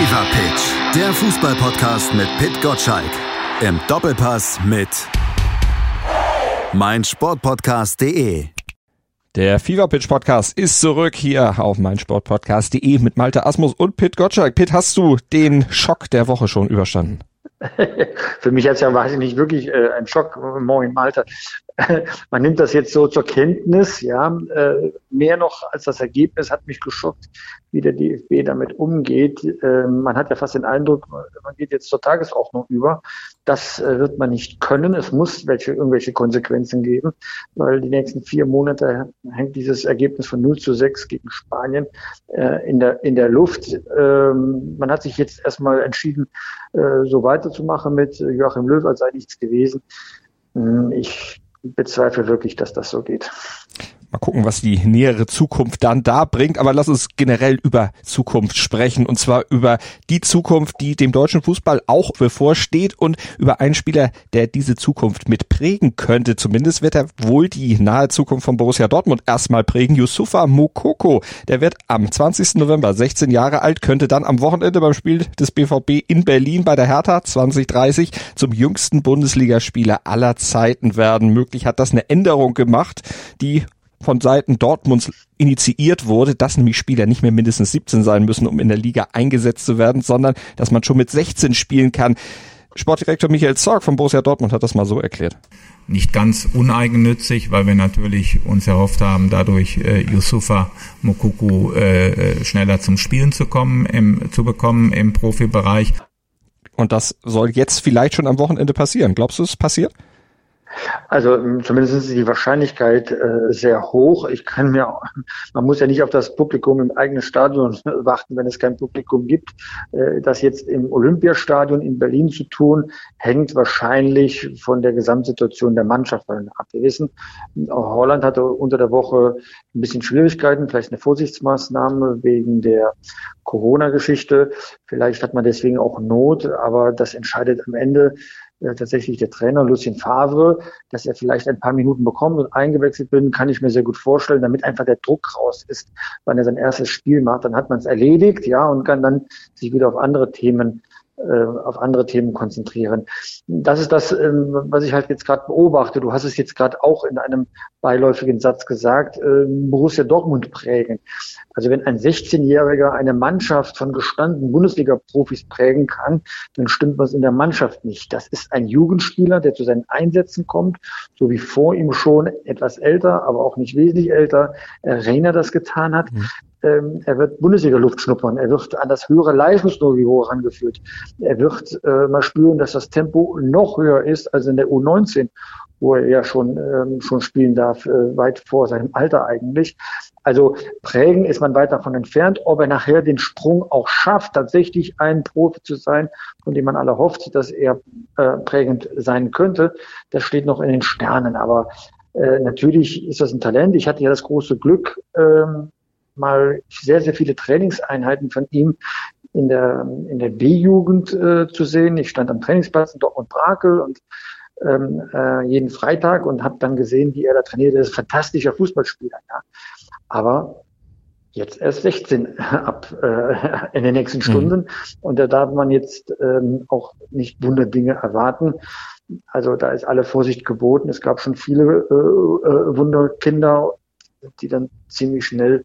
Fever Pitch, der Fußball-Podcast mit Pit Gottschalk. Im Doppelpass mit meinsportpodcast.de. Der Fever Pitch Podcast ist zurück hier auf meinsportpodcast.de mit Malte Asmus und Pit Gottschalk. Pit, hast du den Schock der Woche schon überstanden? Für mich jetzt ja weiß ich nicht wirklich ein Schock. Moin Malte. Man nimmt das jetzt so zur Kenntnis, ja. Mehr noch als das Ergebnis hat mich geschockt, wie der DFB damit umgeht. Man hat ja fast den Eindruck, man geht jetzt zur Tagesordnung über. Das wird man nicht können. Es muss irgendwelche Konsequenzen geben, weil die nächsten 4 Monate hängt dieses Ergebnis von 0:6 gegen Spanien in der Luft. Man hat sich jetzt erstmal entschieden, so weiterzumachen mit Joachim Löw, als sei nichts gewesen. Ich bezweifle wirklich, dass das so geht. Mal gucken, was die nähere Zukunft dann da bringt. Aber lass uns generell über Zukunft sprechen. Und zwar über die Zukunft, die dem deutschen Fußball auch bevorsteht und über einen Spieler, der diese Zukunft mit prägen könnte. Zumindest wird er wohl die nahe Zukunft von Borussia Dortmund erstmal prägen. Youssoufa Moukoko, der wird am 20. November 16 Jahre alt, könnte dann am Wochenende beim Spiel des BVB in Berlin bei der Hertha 2030 zum jüngsten Bundesligaspieler aller Zeiten werden. Möglich hat das eine Änderung gemacht, die von Seiten Dortmunds initiiert wurde, dass nämlich Spieler nicht mehr mindestens 17 sein müssen, um in der Liga eingesetzt zu werden, sondern dass man schon mit 16 spielen kann. Sportdirektor Michael Zorc von Borussia Dortmund hat das mal so erklärt. Nicht ganz uneigennützig, weil wir natürlich uns erhofft haben, dadurch Youssoufa Moukoko schneller zum Spielen zu bekommen im Profibereich. Und das soll jetzt vielleicht schon am Wochenende passieren. Glaubst du, es passiert? Also zumindest ist die Wahrscheinlichkeit sehr hoch. Man muss ja nicht auf das Publikum im eigenen Stadion warten, wenn es kein Publikum gibt. Das jetzt im Olympiastadion in Berlin zu tun, hängt wahrscheinlich von der Gesamtsituation der Mannschaft ab. Wir wissen, auch Holland hatte unter der Woche ein bisschen Schwierigkeiten, vielleicht eine Vorsichtsmaßnahme wegen der Corona-Geschichte. Vielleicht hat man deswegen auch Not, aber das entscheidet am Ende tatsächlich der Trainer Lucien Favre. Dass er vielleicht ein paar Minuten bekommt und eingewechselt wird, kann ich mir sehr gut vorstellen, damit einfach der Druck raus ist, wenn er sein erstes Spiel macht. Dann hat man es erledigt, ja, und kann dann sich wieder auf andere Themen konzentrieren. Das ist das, was ich halt jetzt gerade beobachte. Du hast es jetzt gerade auch in einem beiläufigen Satz gesagt, Borussia Dortmund prägen. Also wenn ein 16-Jähriger eine Mannschaft von gestandenen Bundesliga-Profis prägen kann, dann stimmt was in der Mannschaft nicht. Das ist ein Jugendspieler, der zu seinen Einsätzen kommt, so wie vor ihm schon etwas älter, aber auch nicht wesentlich älter, Reiner das getan hat. Er wird Bundesliga-Luft schnuppern, er wird an das höhere Leistungsniveau herangeführt. Er wird mal spüren, dass das Tempo noch höher ist als in der U19, wo er ja schon spielen darf, weit vor seinem Alter eigentlich. Also prägen ist man weit davon entfernt. Ob er nachher den Sprung auch schafft, tatsächlich ein Profi zu sein, von dem man alle hofft, dass er prägend sein könnte, das steht noch in den Sternen. Aber natürlich ist das ein Talent. Ich hatte ja das große Glück, mal sehr, sehr viele Trainingseinheiten von ihm in der B-Jugend zu sehen. Ich stand am Trainingsplatz in Dortmund-Brakel und jeden Freitag und habe dann gesehen, wie er da trainiert. Er ist ein fantastischer Fußballspieler. Ja. Aber jetzt erst 16 in den nächsten Stunden. Und da darf man jetzt auch nicht Wunderdinge erwarten. Also da ist alle Vorsicht geboten. Es gab schon viele Wunderkinder, die dann ziemlich schnell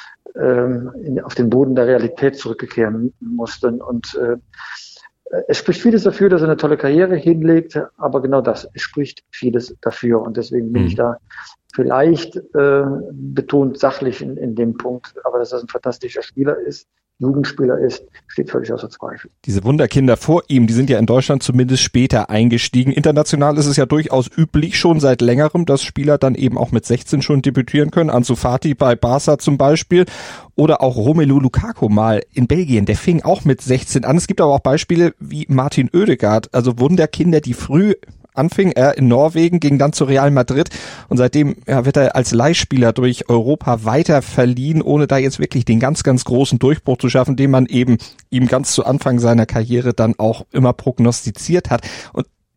auf den Boden der Realität zurückkehren mussten. Und es spricht vieles dafür, dass er eine tolle Karriere hinlegt, aber genau das, es spricht vieles dafür. Und deswegen bin ich da vielleicht betont sachlich in dem Punkt, aber dass das ein fantastischer Spieler ist, Jugendspieler ist, steht völlig außer Zweifel. Diese Wunderkinder vor ihm, die sind ja in Deutschland zumindest später eingestiegen. International ist es ja durchaus üblich, schon seit längerem, dass Spieler dann eben auch mit 16 schon debütieren können. Ansu Fati bei Barca zum Beispiel oder auch Romelu Lukaku mal in Belgien. Der fing auch mit 16 an. Es gibt aber auch Beispiele wie Martin Oedegaard, also Wunderkinder, die früh anfing, er in Norwegen, ging dann zu Real Madrid und seitdem wird er als Leihspieler durch Europa weiter verliehen, ohne da jetzt wirklich den ganz, ganz großen Durchbruch zu schaffen, den man eben ihm ganz zu Anfang seiner Karriere dann auch immer prognostiziert hat. Und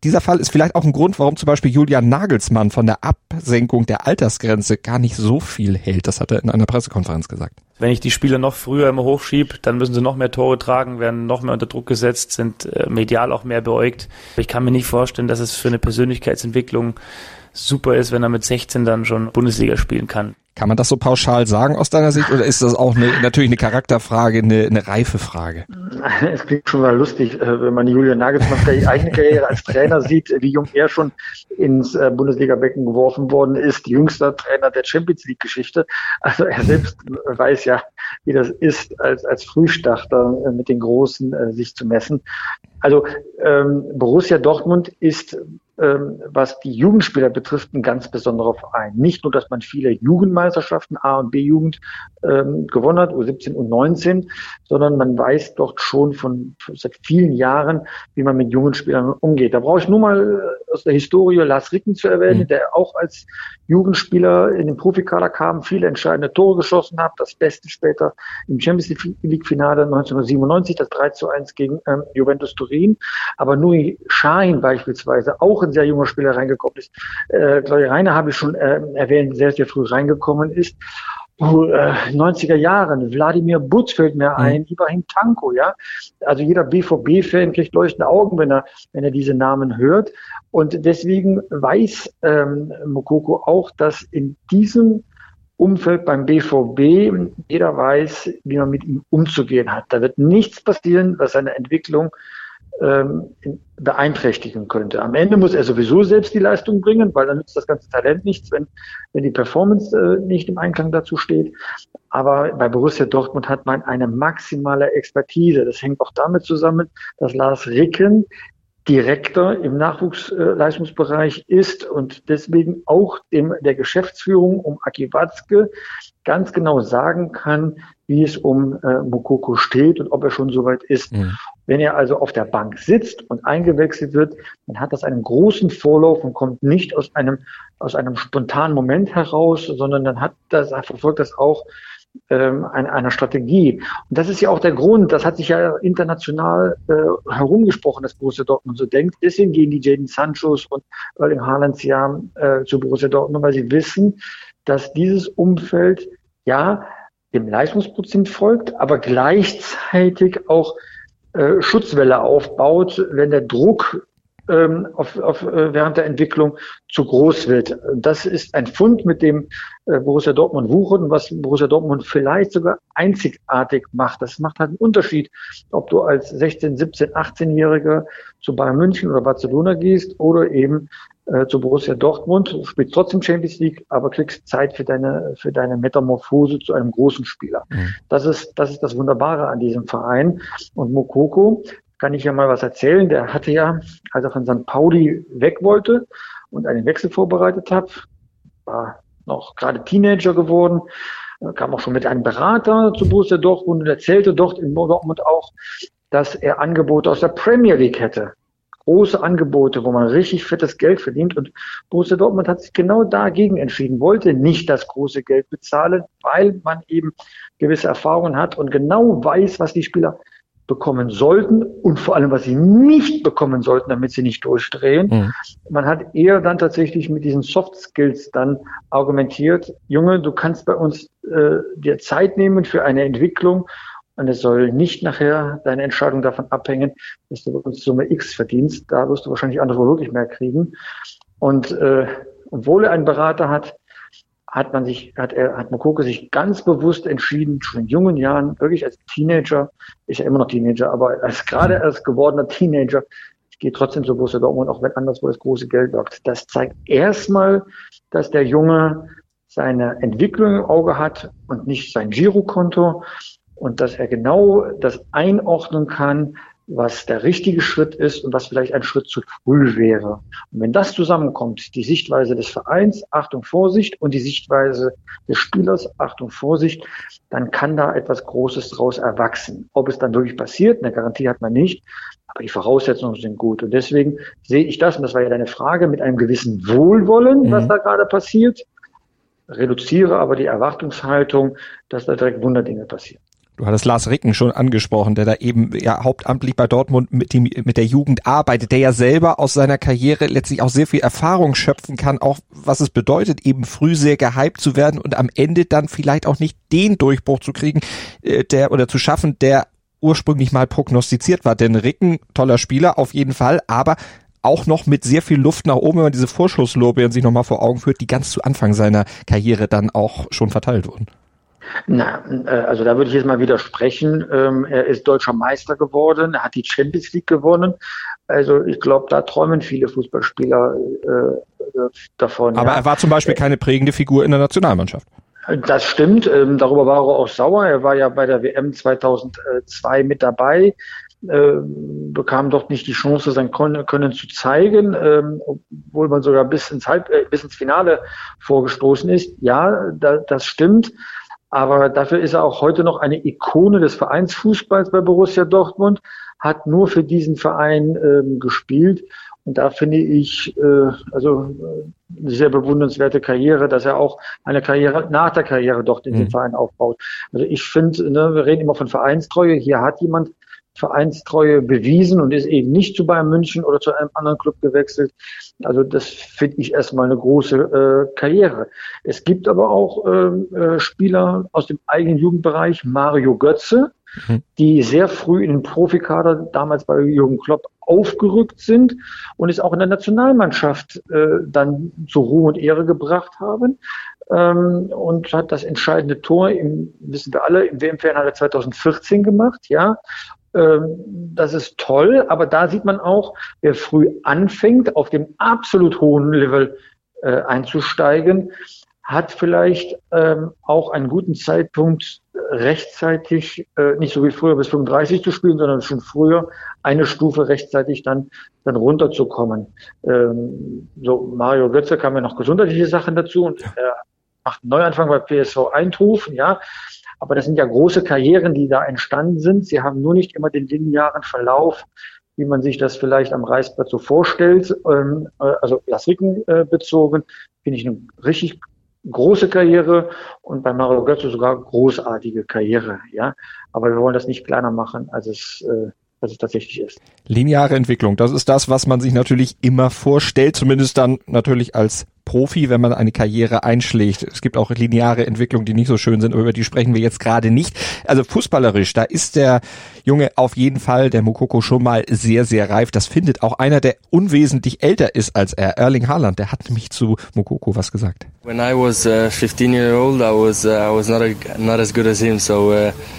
dieser Fall ist vielleicht auch ein Grund, warum zum Beispiel Julian Nagelsmann von der Absenkung der Altersgrenze gar nicht so viel hält. Das hat er in einer Pressekonferenz gesagt. Wenn ich die Spieler noch früher immer hochschiebe, dann müssen sie noch mehr Tore tragen, werden noch mehr unter Druck gesetzt, sind medial auch mehr beäugt. Ich kann mir nicht vorstellen, dass es für eine Persönlichkeitsentwicklung super ist, wenn er mit 16 dann schon Bundesliga spielen kann. Kann man das so pauschal sagen aus deiner Sicht oder ist das auch natürlich eine Charakterfrage, eine Reifefrage? Es klingt schon mal lustig, wenn man Julian Nagelsmanns eigene Karriere als Trainer sieht, wie jung er schon ins Bundesliga-Becken geworfen worden ist, jüngster Trainer der Champions-League-Geschichte. Also er selbst weiß ja, wie das ist, als Frühstarter mit den Großen sich zu messen. Also Borussia Dortmund ist, was die Jugendspieler betrifft, ein ganz besonderer Verein. Nicht nur, dass man viele Jugendmeisterschaften, A- und B-Jugend gewonnen hat, U17 und U19, sondern man weiß dort schon seit vielen Jahren, wie man mit jungen Spielern umgeht. Da brauche ich nur mal aus der Historie Lars Ricken zu erwähnen, der auch als Jugendspieler in den Profikader kam, viele entscheidende Tore geschossen hat, das Beste später im Champions League-Finale 1997, das 3:1 gegen Juventus Turin. Aber Nuri Sahin beispielsweise, auch ein sehr junger Spieler reingekommen ist. Claudia Reiner habe ich schon erwähnt, sehr, sehr früh reingekommen ist. 90er Jahren, Wladimir Butz fällt mir ein, Ibrahim Tanko, ja. Also jeder BVB-Fan kriegt leuchtende Augen, wenn er diese Namen hört. Und deswegen weiß Moukoko auch, dass in diesem Umfeld beim BVB jeder weiß, wie man mit ihm umzugehen hat. Da wird nichts passieren, was seine Entwicklung beeinträchtigen könnte. Am Ende muss er sowieso selbst die Leistung bringen, weil dann nützt das ganze Talent nichts, wenn die Performance nicht im Einklang dazu steht. Aber bei Borussia Dortmund hat man eine maximale Expertise. Das hängt auch damit zusammen, dass Lars Ricken Direktor im Nachwuchsleistungsbereich ist und deswegen auch der Geschäftsführung um Aki Watzke ganz genau sagen kann, wie es um Moukoko steht und ob er schon soweit ist. Mhm. Wenn er also auf der Bank sitzt und eingewechselt wird, dann hat das einen großen Vorlauf und kommt nicht aus einem spontanen Moment heraus, sondern dann verfolgt das auch einer Strategie. Und das ist ja auch der Grund, das hat sich ja international herumgesprochen, dass Borussia Dortmund so denkt. Deswegen gehen die Jadon Sanchos und Erling Haalands ja zu Borussia Dortmund, weil sie wissen, dass dieses Umfeld ja dem Leistungsprozent folgt, aber gleichzeitig auch Schutzwelle aufbaut, wenn der Druck während der Entwicklung zu groß wird. Das ist ein Fund, mit dem Borussia Dortmund wuchert und was Borussia Dortmund vielleicht sogar einzigartig macht. Das macht halt einen Unterschied, ob du als 16, 17, 18-Jähriger zu Bayern München oder Barcelona gehst oder eben zu Borussia Dortmund. Du spielst trotzdem Champions League, aber kriegst Zeit für deine Metamorphose zu einem großen Spieler. Mhm. Das ist das Wunderbare an diesem Verein. Und Moukoko, kann ich ja mal was erzählen. Der hatte ja, als er von St. Pauli weg wollte und einen Wechsel vorbereitet hat, war noch gerade Teenager geworden, kam auch schon mit einem Berater zu Borussia Dortmund und erzählte dort in Dortmund auch, dass er Angebote aus der Premier League hätte. Große Angebote, wo man richtig fettes Geld verdient. Und Borussia Dortmund hat sich genau dagegen entschieden, wollte nicht das große Geld bezahlen, weil man eben gewisse Erfahrungen hat und genau weiß, was die Spieler bekommen sollten und vor allem, was sie nicht bekommen sollten, damit sie nicht durchdrehen. Mhm. Man hat eher dann tatsächlich mit diesen Soft Skills dann argumentiert, Junge, du kannst bei uns dir Zeit nehmen für eine Entwicklung und es soll nicht nachher deine Entscheidung davon abhängen, dass du bei uns Summe X verdienst. Da wirst du wahrscheinlich anderswo wirklich mehr kriegen. Und obwohl er einen Berater hat, hat Moukoko sich ganz bewusst entschieden, schon in jungen Jahren, wirklich als Teenager, ist ja immer noch Teenager, aber gerade als gewordener Teenager, ich gehe trotzdem zu Borussia Dortmund, auch wenn anderswo das große Geld wirkt. Das zeigt erstmal, dass der Junge seine Entwicklung im Auge hat und nicht sein Girokonto und dass er genau das einordnen kann, was der richtige Schritt ist und was vielleicht ein Schritt zu früh wäre. Und wenn das zusammenkommt, die Sichtweise des Vereins, Achtung, Vorsicht, und die Sichtweise des Spielers, Achtung, Vorsicht, dann kann da etwas Großes draus erwachsen. Ob es dann wirklich passiert, eine Garantie hat man nicht, aber die Voraussetzungen sind gut. Und deswegen sehe ich das, und das war ja deine Frage, mit einem gewissen Wohlwollen, was da gerade passiert, reduziere aber die Erwartungshaltung, dass da direkt Wunderdinge passieren. Du hattest Lars Ricken schon angesprochen, der da eben ja hauptamtlich bei Dortmund mit der Jugend arbeitet, der ja selber aus seiner Karriere letztlich auch sehr viel Erfahrung schöpfen kann, auch was es bedeutet, eben früh sehr gehypt zu werden und am Ende dann vielleicht auch nicht den Durchbruch zu kriegen, zu schaffen, der ursprünglich mal prognostiziert war. Denn Ricken, toller Spieler auf jeden Fall, aber auch noch mit sehr viel Luft nach oben, wenn man diese Vorschusslorbeeren sich nochmal vor Augen führt, die ganz zu Anfang seiner Karriere dann auch schon verteilt wurden. Also da würde ich jetzt mal widersprechen. Er ist deutscher Meister geworden, er hat die Champions League gewonnen. Also ich glaube, da träumen viele Fußballspieler davon. Aber er war zum Beispiel keine prägende Figur in der Nationalmannschaft. Das stimmt, darüber war er auch sauer. Er war ja bei der WM 2002 mit dabei, bekam dort nicht die Chance, sein Können zu zeigen, obwohl man sogar bis ins Finale vorgestoßen ist. Ja, das stimmt. Aber dafür ist er auch heute noch eine Ikone des Vereinsfußballs bei Borussia Dortmund, hat nur für diesen Verein gespielt. Und da finde ich eine sehr bewundernswerte Karriere, dass er auch eine Karriere nach der Karriere dort in den Verein aufbaut. Also ich finde, wir reden immer von Vereinstreue. Hier hat jemand Vereinstreue bewiesen und ist eben nicht zu Bayern München oder zu einem anderen Club gewechselt. Also das finde ich erstmal eine große Karriere. Es gibt aber auch Spieler aus dem eigenen Jugendbereich, Mario Götze, die sehr früh in den Profikader damals bei Jürgen Klopp aufgerückt sind und es auch in der Nationalmannschaft dann zu Ruhm und Ehre gebracht haben. Und hat das entscheidende Tor, wissen wir alle, im WM-Finale 2014 gemacht, ja. Das ist toll, aber da sieht man auch, wer früh anfängt, auf dem absolut hohen Level einzusteigen, hat vielleicht auch einen guten Zeitpunkt, rechtzeitig, nicht so wie früher bis 35 zu spielen, sondern schon früher eine Stufe rechtzeitig dann runterzukommen. Mario Götze kam ja noch gesundheitliche Sachen dazu und er macht einen Neuanfang bei PSV Eindhoven, ja. Aber das sind ja große Karrieren, die da entstanden sind. Sie haben nur nicht immer den linearen Verlauf, wie man sich das vielleicht am Reißbrett so vorstellt. Also Lars Ricken bezogen, finde ich eine richtig große Karriere und bei Mario Götze sogar großartige Karriere. Ja, aber wir wollen das nicht kleiner machen, als es tatsächlich ist. Lineare Entwicklung, das ist das, was man sich natürlich immer vorstellt, zumindest dann natürlich als Profi, wenn man eine Karriere einschlägt. Es gibt auch lineare Entwicklungen, die nicht so schön sind, aber über die sprechen wir jetzt gerade nicht. Also fußballerisch, da ist der Junge auf jeden Fall, der Moukoko, schon mal sehr, sehr reif. Das findet auch einer, der unwesentlich älter ist als er, Erling Haaland. Der hat nämlich zu Moukoko was gesagt. When I was 15 years old, I was not as good as him, so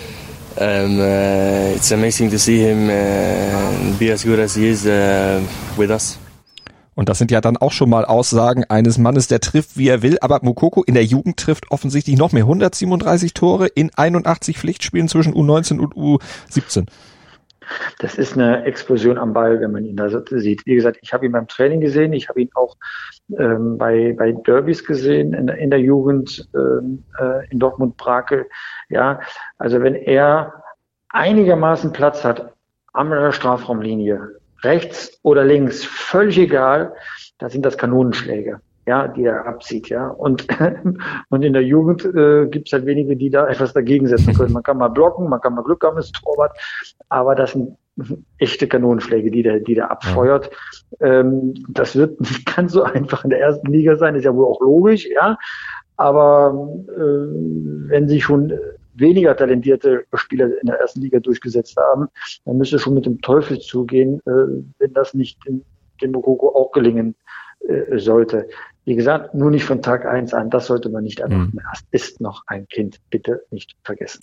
it's amazing to see him be as good as he is with us. Und das sind ja dann auch schon mal Aussagen eines Mannes, der trifft, wie er will. Aber Moukoko in der Jugend trifft offensichtlich noch mehr. 137 Tore in 81 Pflichtspielen zwischen U19 und U17. Das ist eine Explosion am Ball, wenn man ihn da sieht. Wie gesagt, ich habe ihn beim Training gesehen. Ich habe ihn auch bei Derbys gesehen in der Jugend in Dortmund-Brakel. Ja, also wenn er einigermaßen Platz hat an der Strafraumlinie, rechts oder links, völlig egal, da sind das Kanonenschläge, ja, die er abzieht, ja. Und in der Jugend gibt es halt wenige, die da etwas dagegen setzen können. Man kann mal blocken, man kann mal Glück haben, das Torwart, aber das sind echte Kanonenschläge, die der abfeuert. Das wird nicht ganz so einfach in der ersten Liga sein, ist ja wohl auch logisch, ja. Aber wenn sich schon weniger talentierte Spieler in der ersten Liga durchgesetzt haben, dann müsste schon mit dem Teufel zugehen, wenn das nicht dem Moukoko auch gelingen sollte. Wie gesagt, nur nicht von Tag 1 an, das sollte man nicht erwarten. Das ist noch ein Kind, bitte nicht vergessen.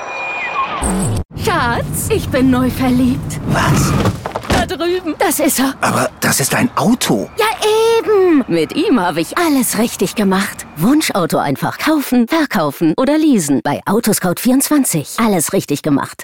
Schatz, ich bin neu verliebt. Was? Da drüben. Das ist er. Aber das ist ein Auto. Ja, eben. Mit ihm habe ich alles richtig gemacht. Wunschauto einfach kaufen, verkaufen oder leasen. Bei Autoscout24. Alles richtig gemacht.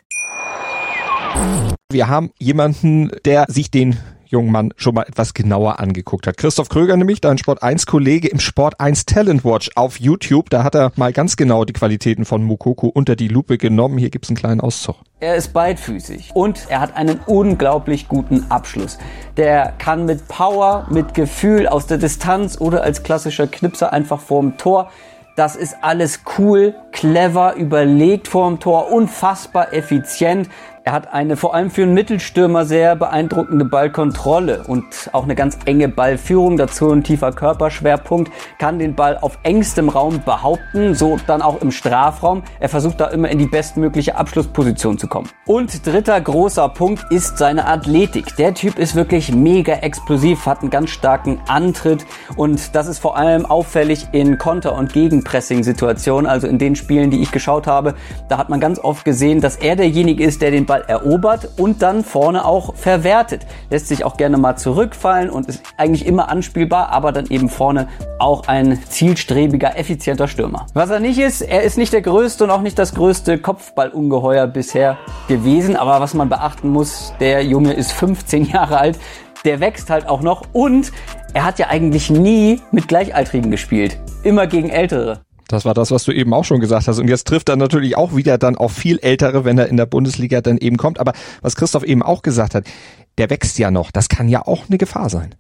Wir haben jemanden, der sich den jungen Mann schon mal etwas genauer angeguckt hat. Christoph Kröger nämlich, dein Sport1-Kollege im Sport1 Talent Watch auf YouTube. Da hat er mal ganz genau die Qualitäten von Moukoko unter die Lupe genommen. Hier gibt's einen kleinen Auszug. Er ist beidfüßig und er hat einen unglaublich guten Abschluss. Der kann mit Power, mit Gefühl aus der Distanz oder als klassischer Knipser einfach vorm Tor Das ist alles cool, clever, überlegt vorm Tor, unfassbar effizient. Er hat eine vor allem für einen Mittelstürmer sehr beeindruckende Ballkontrolle und auch eine ganz enge Ballführung, dazu ein tiefer Körperschwerpunkt, kann den Ball auf engstem Raum behaupten, so dann auch im Strafraum. Er versucht da immer in die bestmögliche Abschlussposition zu kommen. Und dritter großer Punkt ist seine Athletik. Der Typ ist wirklich mega explosiv, hat einen ganz starken Antritt und das ist vor allem auffällig in Konter- und Gegenpressing-Situationen, also in den Spielen, die ich geschaut habe. Da hat man ganz oft gesehen, dass er derjenige ist, der den Ball erobert und dann vorne auch verwertet. Lässt sich auch gerne mal zurückfallen und ist eigentlich immer anspielbar, aber dann eben vorne auch ein zielstrebiger, effizienter Stürmer. Was er nicht ist, er ist nicht der größte und auch nicht das größte Kopfballungeheuer bisher gewesen, aber was man beachten muss, der Junge ist 15 Jahre alt, der wächst halt auch noch und er hat ja eigentlich nie mit Gleichaltrigen gespielt, immer gegen Ältere. Das war das, was du eben auch schon gesagt hast. Und jetzt trifft er natürlich auch wieder dann auf viel Ältere, wenn er in der Bundesliga dann eben kommt. Aber was Christoph eben auch gesagt hat, der wächst ja noch. Das kann ja auch eine Gefahr sein.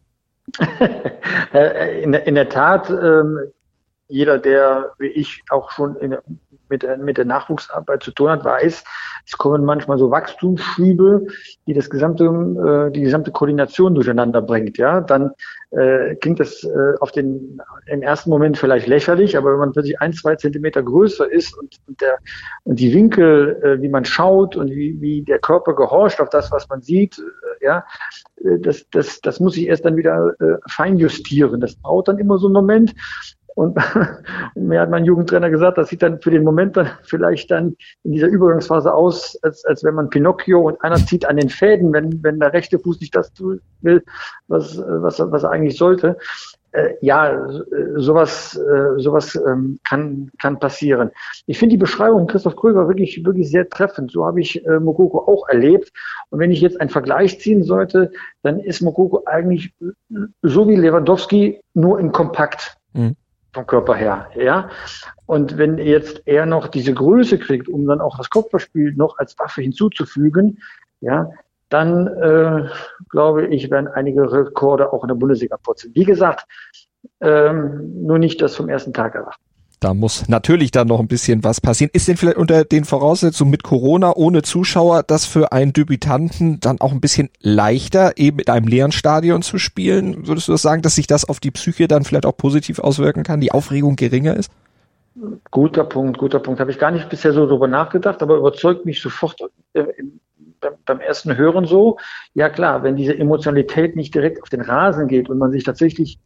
In der Tat, jeder, der wie ich auch schon mit der Nachwuchsarbeit zu tun hat, weiß, es kommen manchmal so Wachstumsschübe, die die gesamte Koordination durcheinander bringt. Ja, dann klingt das im ersten Moment vielleicht lächerlich, aber wenn man plötzlich 1-2 Zentimeter größer ist und die Winkel, wie man schaut und wie der Körper gehorcht auf das, was man sieht, das muss ich erst dann wieder feinjustieren. Das braucht dann immer so einen Moment. Und mir hat mein Jugendtrainer gesagt, das sieht dann für den Moment dann vielleicht dann in dieser Übergangsphase aus, als wenn man Pinocchio und einer zieht an den Fäden, wenn der rechte Fuß nicht das tun will, was er eigentlich sollte. Sowas kann passieren. Ich finde die Beschreibung von Christoph Kröger wirklich sehr treffend. So habe ich Moukoko auch erlebt. Und wenn ich jetzt einen Vergleich ziehen sollte, dann ist Moukoko eigentlich so wie Lewandowski, nur in kompakt. Vom Körper her, ja. Und wenn jetzt er noch diese Größe kriegt, um dann auch das Kopfballspiel noch als Waffe hinzuzufügen, ja, dann glaube ich, werden einige Rekorde auch in der Bundesliga putzen. Wie gesagt, nur nicht das vom ersten Tag erwarten. Da muss natürlich dann noch ein bisschen was passieren. Ist denn vielleicht unter den Voraussetzungen mit Corona ohne Zuschauer das für einen Debütanten dann auch ein bisschen leichter, eben mit einem leeren Stadion zu spielen? Würdest du das sagen, dass sich das auf die Psyche dann vielleicht auch positiv auswirken kann, die Aufregung geringer ist? Guter Punkt. Habe ich gar nicht bisher so drüber nachgedacht, aber überzeugt mich sofort beim ersten Hören so. Ja klar, wenn diese Emotionalität nicht direkt auf den Rasen geht und man sich tatsächlich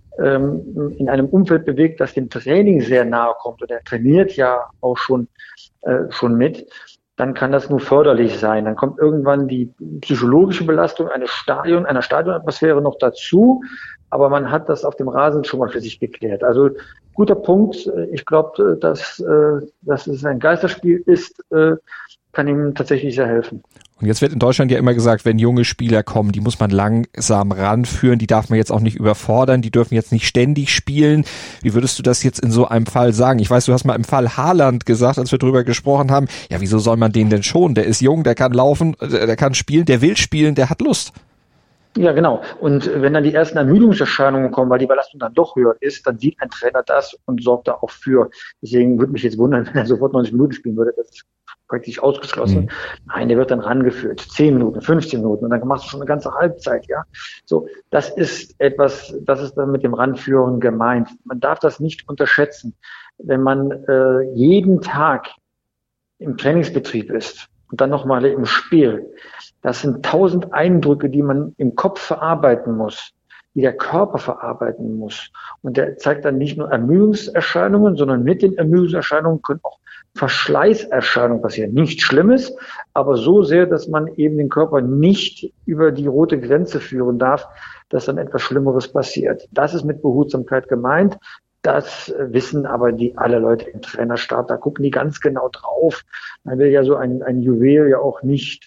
in einem Umfeld bewegt, das dem Training sehr nahe kommt und er trainiert ja auch schon mit, dann kann das nur förderlich sein. Dann kommt irgendwann die psychologische Belastung einer Stadionatmosphäre noch dazu, aber man hat das auf dem Rasen schon mal für sich geklärt. Also guter Punkt. Ich glaube, dass es ein Geisterspiel ist, kann ihm tatsächlich sehr helfen. Und jetzt wird in Deutschland ja immer gesagt, wenn junge Spieler kommen, die muss man langsam ranführen, die darf man jetzt auch nicht überfordern, die dürfen jetzt nicht ständig spielen. Wie würdest du das jetzt in so einem Fall sagen? Ich weiß, du hast mal im Fall Haaland gesagt, als wir drüber gesprochen haben, ja, wieso soll man den denn schonen? Der ist jung, der kann laufen, der kann spielen, der will spielen, der hat Lust. Ja, genau. Und wenn dann die ersten Ermüdungserscheinungen kommen, weil die Belastung dann doch höher ist, dann sieht ein Trainer das und sorgt da auch für. Deswegen würde mich jetzt wundern, wenn er sofort 90 Minuten spielen würde. Das ist praktisch ausgeschlossen. Nein, der wird dann rangeführt. 10 Minuten, 15 Minuten und dann machst du schon eine ganze Halbzeit, ja. So, das ist dann mit dem Ranführen gemeint. Man darf das nicht unterschätzen. Wenn man jeden Tag im Trainingsbetrieb ist und dann nochmal im Spiel, das sind 1000 Eindrücke, die man im Kopf verarbeiten muss, die der Körper verarbeiten muss. Und der zeigt dann nicht nur Ermüdungserscheinungen, sondern mit den Ermüdungserscheinungen können auch Verschleißerscheinungen passieren. Nichts Schlimmes, aber so sehr, dass man eben den Körper nicht über die rote Grenze führen darf, dass dann etwas Schlimmeres passiert. Das ist mit Behutsamkeit gemeint. Das wissen aber alle Leute im Trainerstab, da gucken die ganz genau drauf. Man will ja so ein Juwel ja auch nicht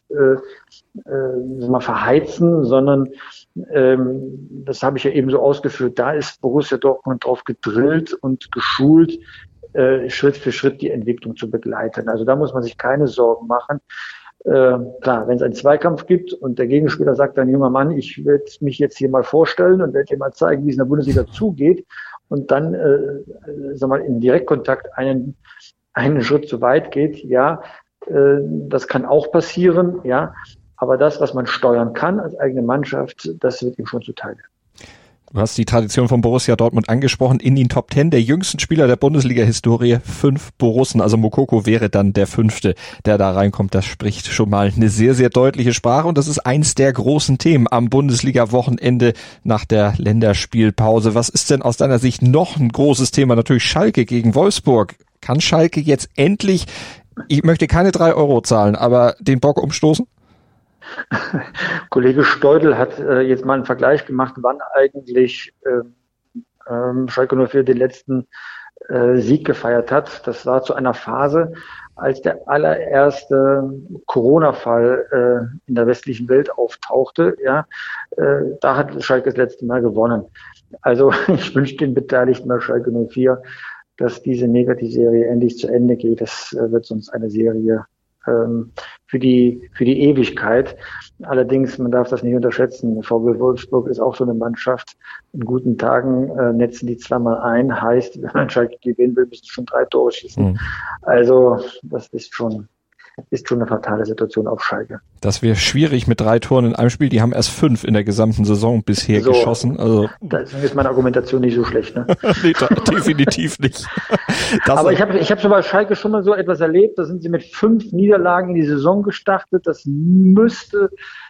verheizen, sondern das habe ich ja eben so ausgeführt, da ist Borussia Dortmund drauf gedrillt und geschult, Schritt für Schritt die Entwicklung zu begleiten. Also da muss man sich keine Sorgen machen. Klar, wenn es einen Zweikampf gibt und der Gegenspieler sagt dann, junger Mann, ich werde mich jetzt hier mal vorstellen und werde dir mal zeigen, wie es in der Bundesliga zugeht. und dann, in Direktkontakt einen Schritt zu weit geht, ja, das kann auch passieren, ja, aber das, was man steuern kann als eigene Mannschaft, das wird ihm schon zuteil. Du hast die Tradition von Borussia Dortmund angesprochen. In den Top 10 der jüngsten Spieler der Bundesliga-Historie 5 Borussen. Also Moukoko wäre dann der 5., der da reinkommt. Das spricht schon mal eine sehr, sehr deutliche Sprache. Und das ist eins der großen Themen am Bundesliga-Wochenende nach der Länderspielpause. Was ist denn aus deiner Sicht noch ein großes Thema? Natürlich Schalke gegen Wolfsburg. Kann Schalke jetzt endlich, ich möchte keine 3 Euro zahlen, aber den Bock umstoßen? Kollege Steudel hat jetzt mal einen Vergleich gemacht, wann eigentlich Schalke 04 den letzten Sieg gefeiert hat. Das war zu einer Phase, als der allererste Corona-Fall in der westlichen Welt auftauchte. Ja, da hat Schalke das letzte Mal gewonnen. Also ich wünsche den Beteiligten bei Schalke 04, dass diese Negativserie endlich zu Ende geht. Das wird sonst eine Serie für die Ewigkeit. Allerdings, man darf das nicht unterschätzen. VfL Wolfsburg ist auch so eine Mannschaft. In guten Tagen netzen die zweimal ein. Heißt, wenn man Schalke gewinnen will, müssen schon 3 Tore schießen. Also, das ist schon eine fatale Situation auf Schalke. Das wäre schwierig mit 3 Toren in einem Spiel. Die haben erst 5 in der gesamten Saison bisher geschossen. Also deswegen ist meine Argumentation nicht so schlecht. Ne? Nee, definitiv nicht. Aber ich hab so bei Schalke schon mal so etwas erlebt. Da sind sie mit 5 Niederlagen in die Saison gestartet. Das müsste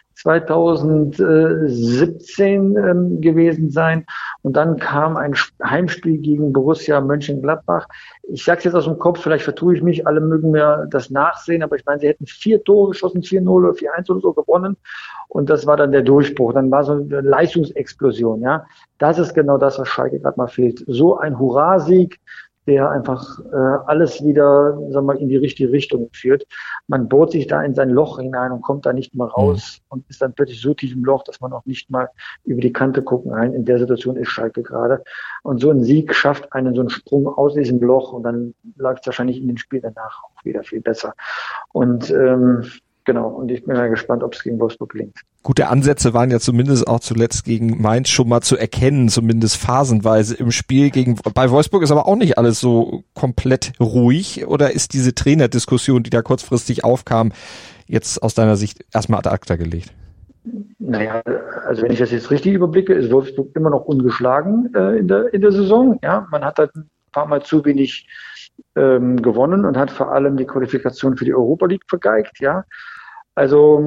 2017 gewesen sein. Und dann kam ein Heimspiel gegen Borussia Mönchengladbach. Ich sag's jetzt aus dem Kopf, vielleicht vertue ich mich, alle mögen mir das nachsehen, aber ich meine, sie hätten 4 Tore geschossen, 4-0 oder 4-1 oder so gewonnen. Und das war dann der Durchbruch. Dann war so eine Leistungsexplosion, ja. Das ist genau das, was Schalke gerade mal fehlt. So ein Hurrasieg, der einfach alles wieder, sagen wir mal, in die richtige Richtung führt. Man bohrt sich da in sein Loch hinein und kommt da nicht mal raus und ist dann plötzlich so tief im Loch, dass man auch nicht mal über die Kante gucken kann. In der Situation ist Schalke gerade. Und so ein Sieg schafft einen so einen Sprung aus diesem Loch und dann läuft es wahrscheinlich in den Spiel danach auch wieder viel besser. Und genau, und ich bin mal gespannt, ob es gegen Wolfsburg gelingt. Gute Ansätze waren ja zumindest auch zuletzt gegen Mainz schon mal zu erkennen, zumindest phasenweise im Spiel. Bei Wolfsburg ist aber auch nicht alles so komplett ruhig. Oder ist diese Trainerdiskussion, die da kurzfristig aufkam, jetzt aus deiner Sicht erstmal ad acta gelegt? Naja, also wenn ich das jetzt richtig überblicke, ist Wolfsburg immer noch ungeschlagen in der Saison. Ja, man hat halt ein paar Mal zu wenig gewonnen und hat vor allem die Qualifikation für die Europa League vergeigt. Ja, also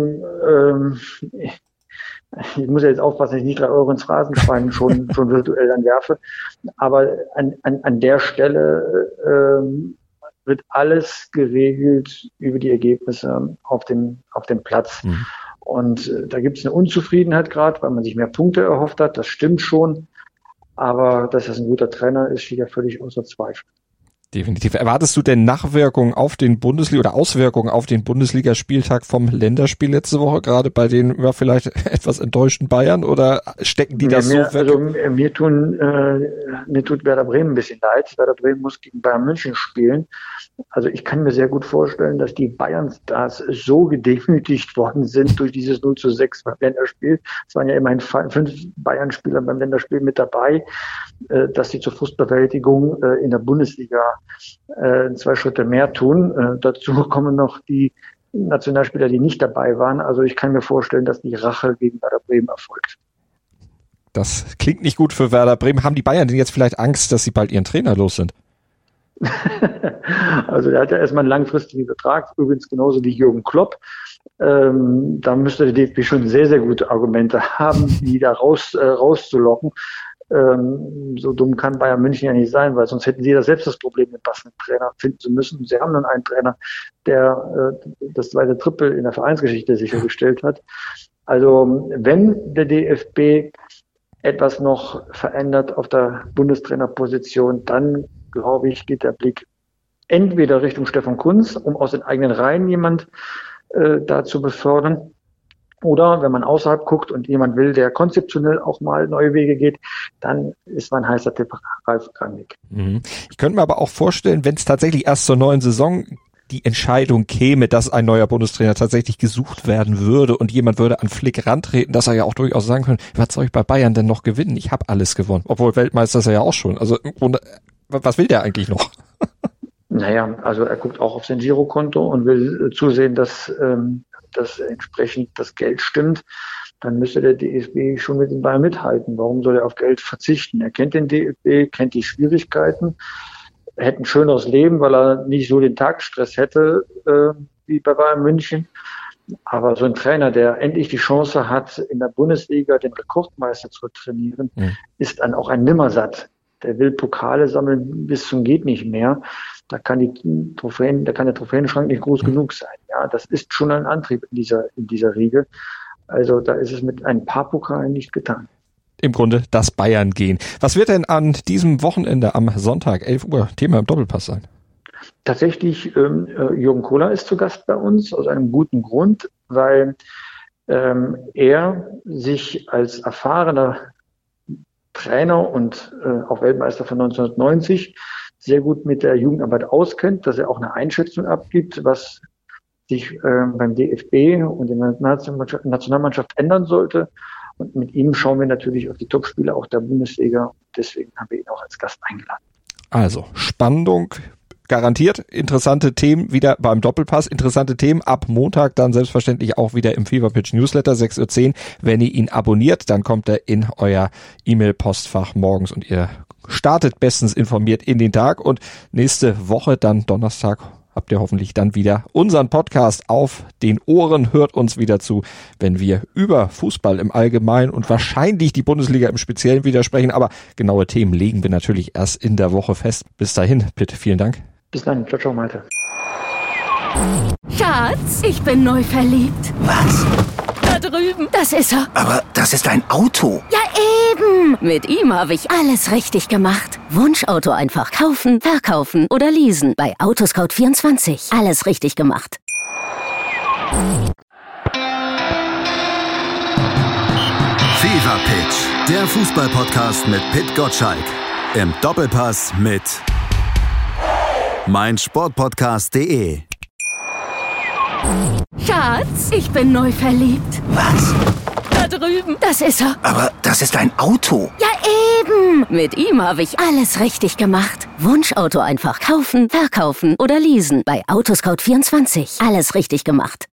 ich muss ja jetzt aufpassen, dass ich nicht 3 Euro ins Phrasenschwein schon virtuell dann werfe. Aber an der Stelle wird alles geregelt über die Ergebnisse auf dem Platz. Und da gibt es eine Unzufriedenheit gerade, weil man sich mehr Punkte erhofft hat. Das stimmt schon. Aber dass das ein guter Trainer ist, steht ja völlig außer Zweifel. Definitiv. Erwartest du denn Nachwirkungen auf den oder Auswirkungen auf den Bundesligaspieltag vom Länderspiel letzte Woche, gerade bei den vielleicht etwas enttäuschten Bayern, oder stecken die das so weg? Also mir tut Werder Bremen ein bisschen leid. Werder Bremen muss gegen Bayern München spielen. Also ich kann mir sehr gut vorstellen, dass die Bayern-Stars so gedemütigt worden sind durch dieses 0:6 beim Länderspiel. Es waren ja immerhin 5 Bayern-Spieler beim Länderspiel mit dabei, dass sie zur Frustbewältigung in der Bundesliga 2 Schritte mehr tun. Dazu kommen noch die Nationalspieler, die nicht dabei waren. Also ich kann mir vorstellen, dass die Rache gegen Werder Bremen erfolgt. Das klingt nicht gut für Werder Bremen. Haben die Bayern denn jetzt vielleicht Angst, dass sie bald ihren Trainer los sind? Also der hat ja erstmal einen langfristigen Vertrag, übrigens genauso wie Jürgen Klopp. Da müsste der DFB schon sehr, sehr gute Argumente haben, die da rauszulocken. So dumm kann Bayern München ja nicht sein, weil sonst hätten sie ja selbst das Problem, den passenden Trainer finden zu müssen. Sie haben dann einen Trainer, der das 2. Triple in der Vereinsgeschichte sichergestellt hat. Also wenn der DFB etwas noch verändert auf der Bundestrainerposition, dann glaube ich, geht der Blick entweder Richtung Stefan Kuntz, um aus den eigenen Reihen jemand da zu befördern, oder wenn man außerhalb guckt und jemand will, der konzeptionell auch mal neue Wege geht, dann ist mein heißer Tipp Ralf Rangnick. Ich könnte mir aber auch vorstellen, wenn es tatsächlich erst zur neuen Saison die Entscheidung käme, dass ein neuer Bundestrainer tatsächlich gesucht werden würde und jemand würde an Flick rantreten, dass er ja auch durchaus sagen könnte, was soll ich bei Bayern denn noch gewinnen? Ich habe alles gewonnen. Obwohl Weltmeister ist er ja auch schon. Also im Grunde, was will der eigentlich noch? Naja, also er guckt auch auf sein Girokonto und will zusehen, dass entsprechend das Geld stimmt. Dann müsste der DFB schon mit den Bayern mithalten. Warum soll er auf Geld verzichten? Er kennt den DFB, kennt die Schwierigkeiten, er hätte ein schöneres Leben, weil er nicht so den Tagesstress hätte wie bei Bayern München. Aber so ein Trainer, der endlich die Chance hat, in der Bundesliga den Rekordmeister zu trainieren, ist dann auch ein Nimmersatt. Der will Pokale sammeln bis zum geht nicht mehr. Da kann der Trophäenschrank nicht groß genug sein. Ja, das ist schon ein Antrieb in dieser Riege. Also da ist es mit ein paar Pokalen nicht getan. Im Grunde das Bayern gehen. Was wird denn an diesem Wochenende am Sonntag, 11 Uhr, Thema im Doppelpass sein? Tatsächlich, Jürgen Kohler ist zu Gast bei uns, aus einem guten Grund, weil er sich als erfahrener Trainer und auch Weltmeister von 1990 sehr gut mit der Jugendarbeit auskennt, dass er auch eine Einschätzung abgibt, was sich beim DFB und in der Nationalmannschaft ändern sollte. Und mit ihm schauen wir natürlich auf die Topspieler auch der Bundesliga. Deswegen haben wir ihn auch als Gast eingeladen. Also Spannung garantiert, interessante Themen wieder beim Doppelpass, interessante Themen ab Montag dann selbstverständlich auch wieder im Feverpitch Newsletter 6:10 Uhr. Wenn ihr ihn abonniert, dann kommt er in euer E-Mail-Postfach morgens und ihr startet bestens informiert in den Tag. Und nächste Woche, dann Donnerstag, habt ihr hoffentlich dann wieder unseren Podcast auf den Ohren, hört uns wieder zu, wenn wir über Fußball im Allgemeinen und wahrscheinlich die Bundesliga im Speziellen wieder sprechen, aber genaue Themen legen wir natürlich erst in der Woche fest. Bis dahin, Pitt, vielen Dank. Bis dann, ciao, ciao, Malte. Schatz, ich bin neu verliebt. Was? Da drüben. Das ist er. Aber das ist ein Auto. Ja, eben. Mit ihm habe ich alles richtig gemacht. Wunschauto einfach kaufen, verkaufen oder leasen. Bei Autoscout24. Alles richtig gemacht. Fever Pitch, der Fußball-Podcast mit Pitt Gottschalk. Im Doppelpass mit meinsportpodcast.de. Schatz, ich bin neu verliebt. Was? Da drüben. Das ist er. Aber das ist ein Auto. Ja, eben. Mit ihm habe ich alles richtig gemacht. Wunschauto einfach kaufen, verkaufen oder leasen. Bei Autoscout24. Alles richtig gemacht.